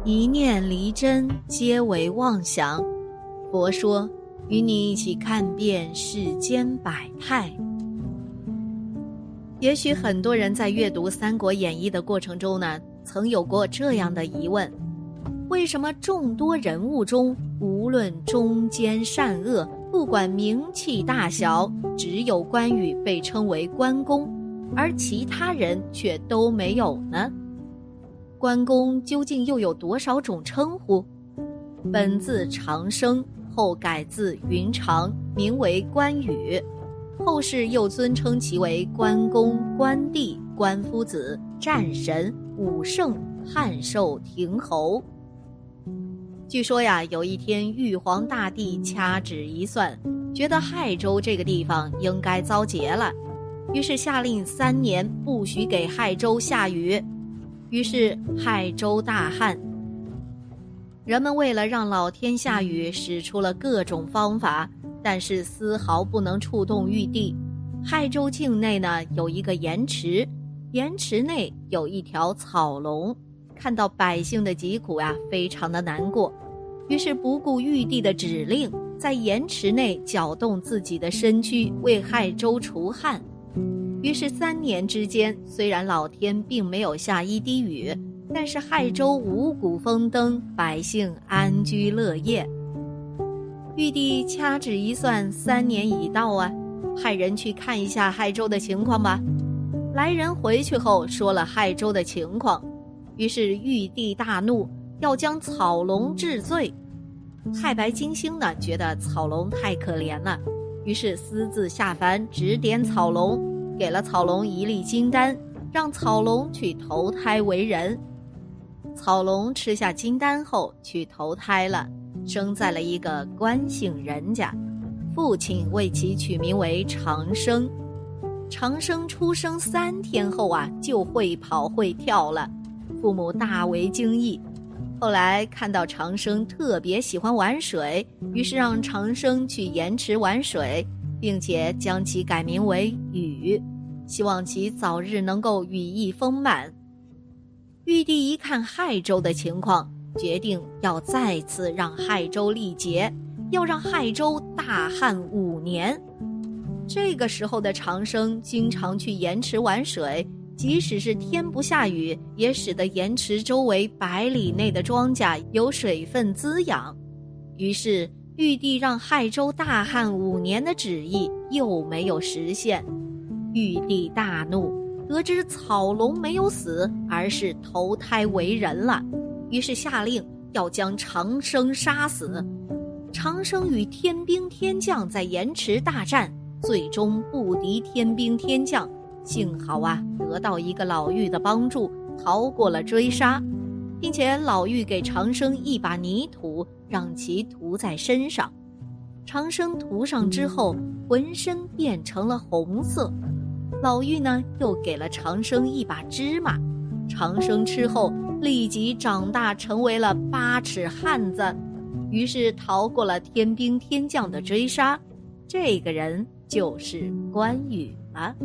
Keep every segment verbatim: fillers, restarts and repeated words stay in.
一念离真，皆为妄想。佛说，与你一起看遍世间百态。也许很多人在阅读《三国演义》的过程中呢，曾有过这样的疑问：为什么众多人物中，无论忠奸善恶，不管名气大小，只有关羽被称为关公，而其他人却都没有呢？关公究竟又有多少种称呼？本字长生，后改字云长，名为关羽。后世又尊称其为关公、关帝、关夫子、战神、武圣、汉寿亭侯。据说呀，有一天玉皇大帝掐指一算，觉得亥州这个地方应该遭劫了，于是下令三年不许给亥州下雨。于是亥州大旱。人们为了让老天下雨，使出了各种方法，但是丝毫不能触动玉帝。亥州境内呢，有一个盐池，盐池内有一条草龙，看到百姓的疾苦啊，非常的难过，于是不顾玉帝的指令，在盐池内搅动自己的身躯，为亥州除旱。于是三年之间，虽然老天并没有下一滴雨，但是亥州五谷丰登，百姓安居乐业。玉帝掐指一算，三年已到啊，派人去看一下亥州的情况吧。来人回去后说了亥州的情况，于是玉帝大怒，要将草龙治罪。太白金星呢，觉得草龙太可怜了，于是私自下凡指点草龙，给了草龙一粒金丹，让草龙去投胎为人。草龙吃下金丹后去投胎了，生在了一个关姓人家，父亲为其取名为长生。长生出生三天后啊，就会跑会跳了，父母大为惊异。后来看到长生特别喜欢玩水，于是让长生去盐池玩水，并且将其改名为禹，希望其早日能够羽翼丰满。玉帝一看亥州的情况，决定要再次让亥州历劫，要让亥州大旱五年。这个时候的长生经常去盐池玩水，即使是天不下雨，也使得盐池周围百里内的庄稼有水分滋养。于是玉帝让亥州大旱五年的旨意又没有实现。玉帝大怒，得知草龙没有死，而是投胎为人了，于是下令要将长生杀死。长生与天兵天将在盐池大战，最终不敌天兵天将，幸好啊，得到一个老妪的帮助，逃过了追杀，并且老妪给长生一把泥土，让其涂在身上。长生涂上之后，浑身变成了红色。老妪呢，又给了长生一把芝麻，长生吃后立即长大成为了八尺汉子，于是逃过了天兵天将的追杀。这个人就是关羽了。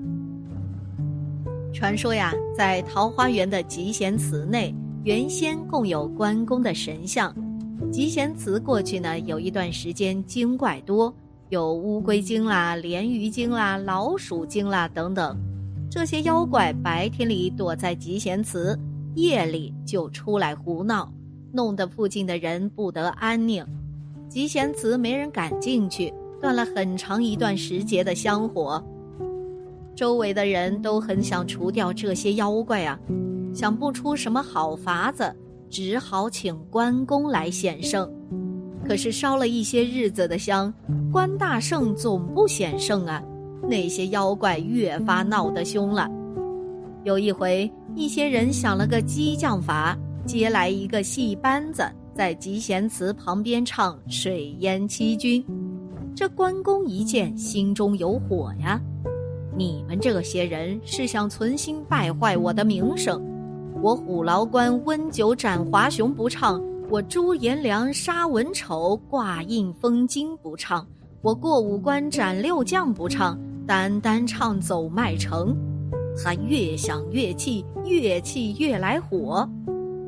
传说呀，在桃花源的集贤祠内，原先共有关公的神像。集贤祠过去呢，有一段时间精怪多，有乌龟精啦、鲢鱼精啦、老鼠精啦等等。这些妖怪白天里躲在集贤祠，夜里就出来胡闹，弄得附近的人不得安宁。集贤祠没人敢进去，断了很长一段时节的香火。周围的人都很想除掉这些妖怪啊，想不出什么好法子，只好请关公来显圣。可是烧了一些日子的香，关大圣总不显圣啊，那些妖怪越发闹得凶了。有一回，一些人想了个激将法，接来一个戏班子，在集贤祠旁边唱水淹七军。这关公一见，心中有火呀，你们这些人是想存心败坏我的名声，我虎牢关温酒斩华雄不唱，我朱颜良杀文丑挂印封金不唱，我过五关斩六将不唱，单单唱走麦城。他越想越气，越气越来火。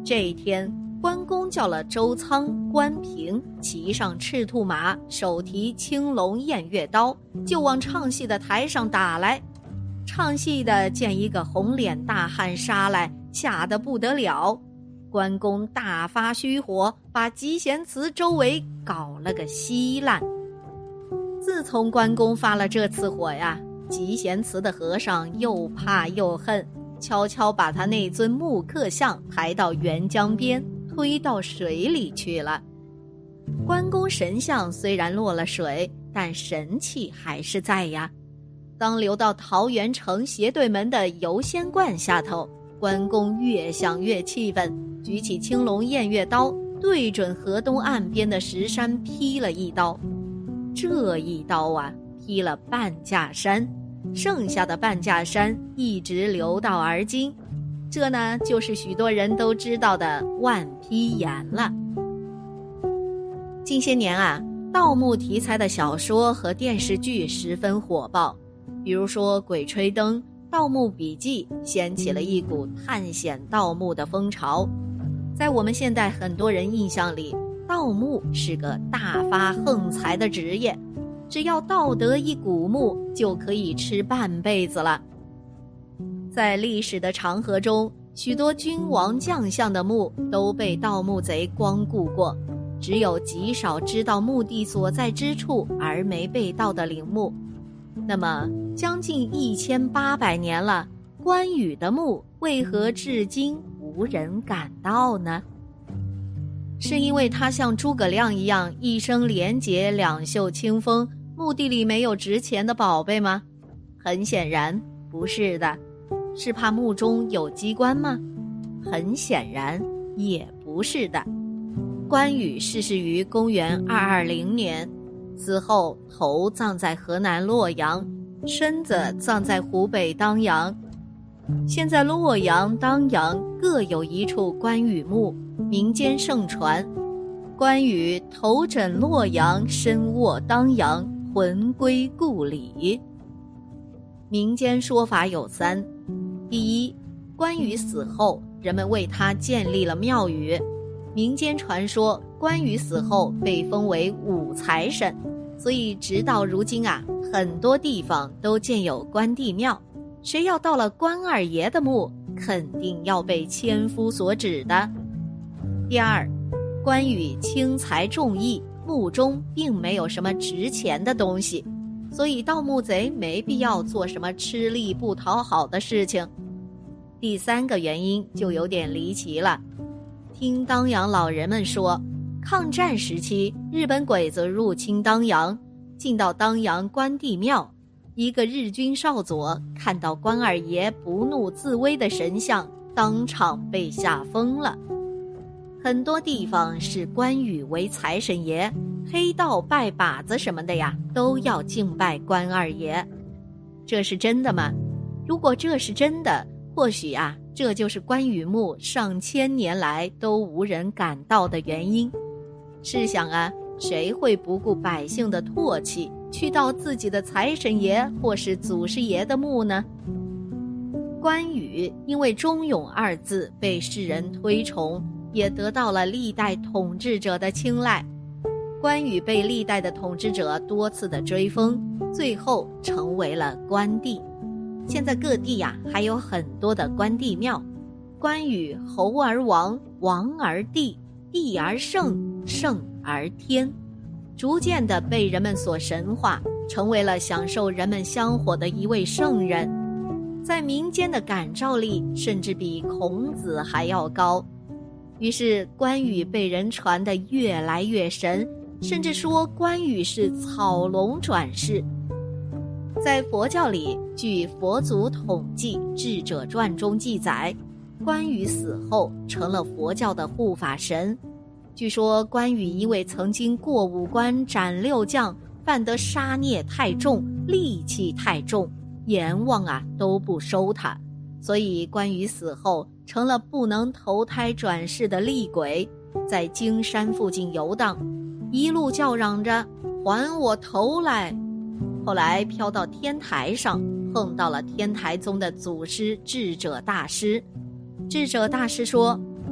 这一天，关公叫了周仓、关平，骑上赤兔马，手提青龙偃月刀，就往唱戏的台上打来。唱戏的见一个红脸大汉杀来，吓得不得了。关公大发虚火，把集贤祠周围搞了个稀烂。自从关公发了这次火呀，集贤祠的和尚又怕又恨，悄悄把他那尊木刻像抬到沅江边，推到水里去了。关公神像虽然落了水，但神气还是在呀。当流到桃源城斜对门的游仙观下头，关公越想越气愤，举起青龙偃月刀，对准河东岸边的石山劈了一刀。这一刀啊，劈了半架山，剩下的半架山一直流到而今。这呢，就是许多人都知道的万劈岩了。近些年啊，盗墓题材的小说和电视剧十分火爆，比如说《鬼吹灯》《盗墓笔记》掀起了一股探险盗墓的风潮。在我们现代很多人印象里，盗墓是个大发横财的职业，只要盗得一古墓就可以吃半辈子了。在历史的长河中，许多君王将相的墓都被盗墓贼光顾过，只有极少知道墓地所在之处而没被盗的陵墓。那么将近一千八百年了，关羽的墓为何至今无人敢盗呢？是因为他像诸葛亮一样一生廉洁，两袖清风，墓地里没有值钱的宝贝吗？很显然不是的。是怕墓中有机关吗？很显然也不是的。关羽逝世于公元二二零年，死后头葬在河南洛阳，身子葬在湖北当阳。现在洛阳、当阳各有一处关羽墓，民间盛传关羽头枕洛阳，身卧当阳，魂归故里。民间说法有三：第一，关羽死后，人们为他建立了庙宇。民间传说，关羽死后被封为武财神，所以直到如今啊，很多地方都建有关帝庙。谁要到了关二爷的墓，肯定要被千夫所指的。第二，关羽轻财重义，墓中并没有什么值钱的东西，所以盗墓贼没必要做什么吃力不讨好的事情。第三个原因就有点离奇了。听当阳老人们说，抗战时期日本鬼子入侵当阳，进到当阳关帝庙，一个日军少佐看到关二爷不怒自威的神像，当场被吓疯了。很多地方视关羽为财神爷，黑道拜把子什么的呀，都要敬拜关二爷。这是真的吗？如果这是真的，或许啊，这就是关羽墓上千年来都无人敢盗的原因。试想啊，谁会不顾百姓的唾弃，去盗自己的财神爷或是祖师爷的墓呢？关羽因为忠勇二字被世人推崇，也得到了历代统治者的青睐。关羽被历代的统治者多次的追封，最后成为了关帝。现在各地呀、啊、还有很多的关帝庙。关羽侯而王，王而帝，帝而圣，圣而天，逐渐的被人们所神化，成为了享受人们香火的一位圣人。在民间的感召力甚至比孔子还要高。于是关羽被人传得越来越神，甚至说关羽是草龙转世。在佛教里，据佛祖统计《智者传》中记载，关羽死后成了佛教的护法神。据说关羽因为曾经过五关斩六将，犯得杀孽太重，戾气太重，阎王啊都不收他，所以关羽死后成了不能投胎转世的厉鬼，在荆山附近游荡，一路叫嚷着还我头来。后来飘到天台上，碰到了天台宗的祖师智者大师。智者大师说，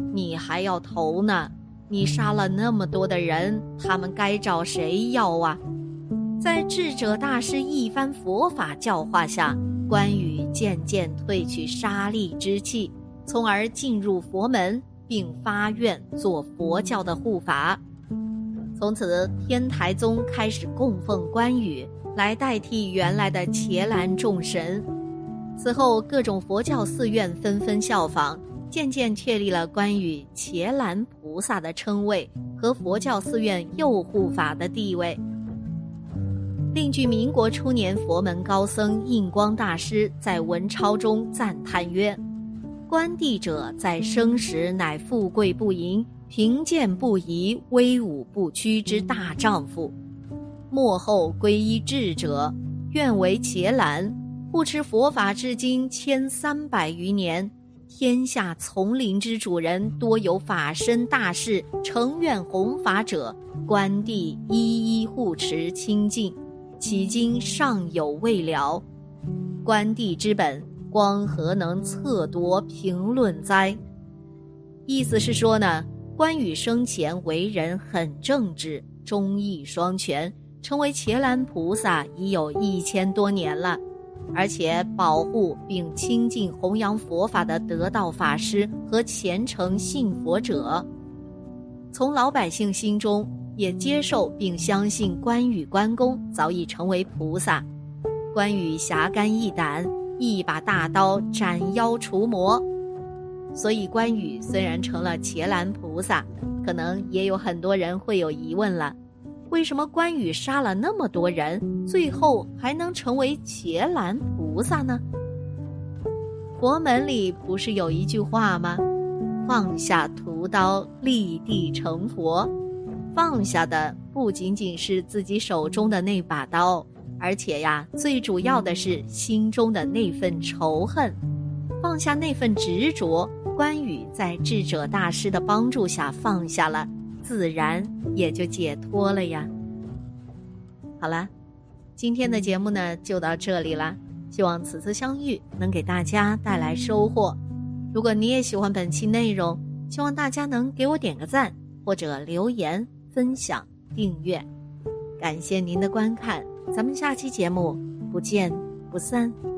你还要投呢？你杀了那么多的人，他们该找谁要啊？在智者大师一番佛法教化下，关羽渐渐褪去杀戮之气，从而进入佛门，并发愿做佛教的护法。从此天台宗开始供奉关羽，来代替原来的伽蓝众神。此后各种佛教寺院纷纷效仿，渐渐确立了关羽伽蓝菩萨的称谓和佛教寺院右护法的地位。另据民国初年佛门高僧印光大师在文钞中赞叹曰：观帝者在生时乃富贵不淫，贫贱不移，威武不屈之大丈夫，末后皈依智者，愿为伽蓝，护持佛法至今千三百余年，天下丛林之主人多有法身大士诚愿弘法者，观帝一一护持清净，迄今尚有未了。观帝之本，光何能测夺评论哉？意思是说呢，关羽生前为人很正直，忠义双全，成为伽蓝菩萨已有一千多年了，而且保护并亲近弘扬佛法的得道法师和虔诚信佛者，从老百姓心中也接受并相信关羽关公早已成为菩萨。关羽侠肝义胆，一把大刀斩妖除魔，所以关羽虽然成了伽蓝菩萨，可能也有很多人会有疑问了，为什么关羽杀了那么多人，最后还能成为伽蓝菩萨呢？佛门里不是有一句话吗？放下屠刀，立地成佛。放下的不仅仅是自己手中的那把刀，而且呀，最主要的是心中的那份仇恨。放下那份执着，关羽在智者大师的帮助下放下了，自然也就解脱了呀。好了，今天的节目呢就到这里了，希望此次相遇能给大家带来收获。如果你也喜欢本期内容，希望大家能给我点个赞，或者留言、分享、订阅。感谢您的观看，咱们下期节目不见不散。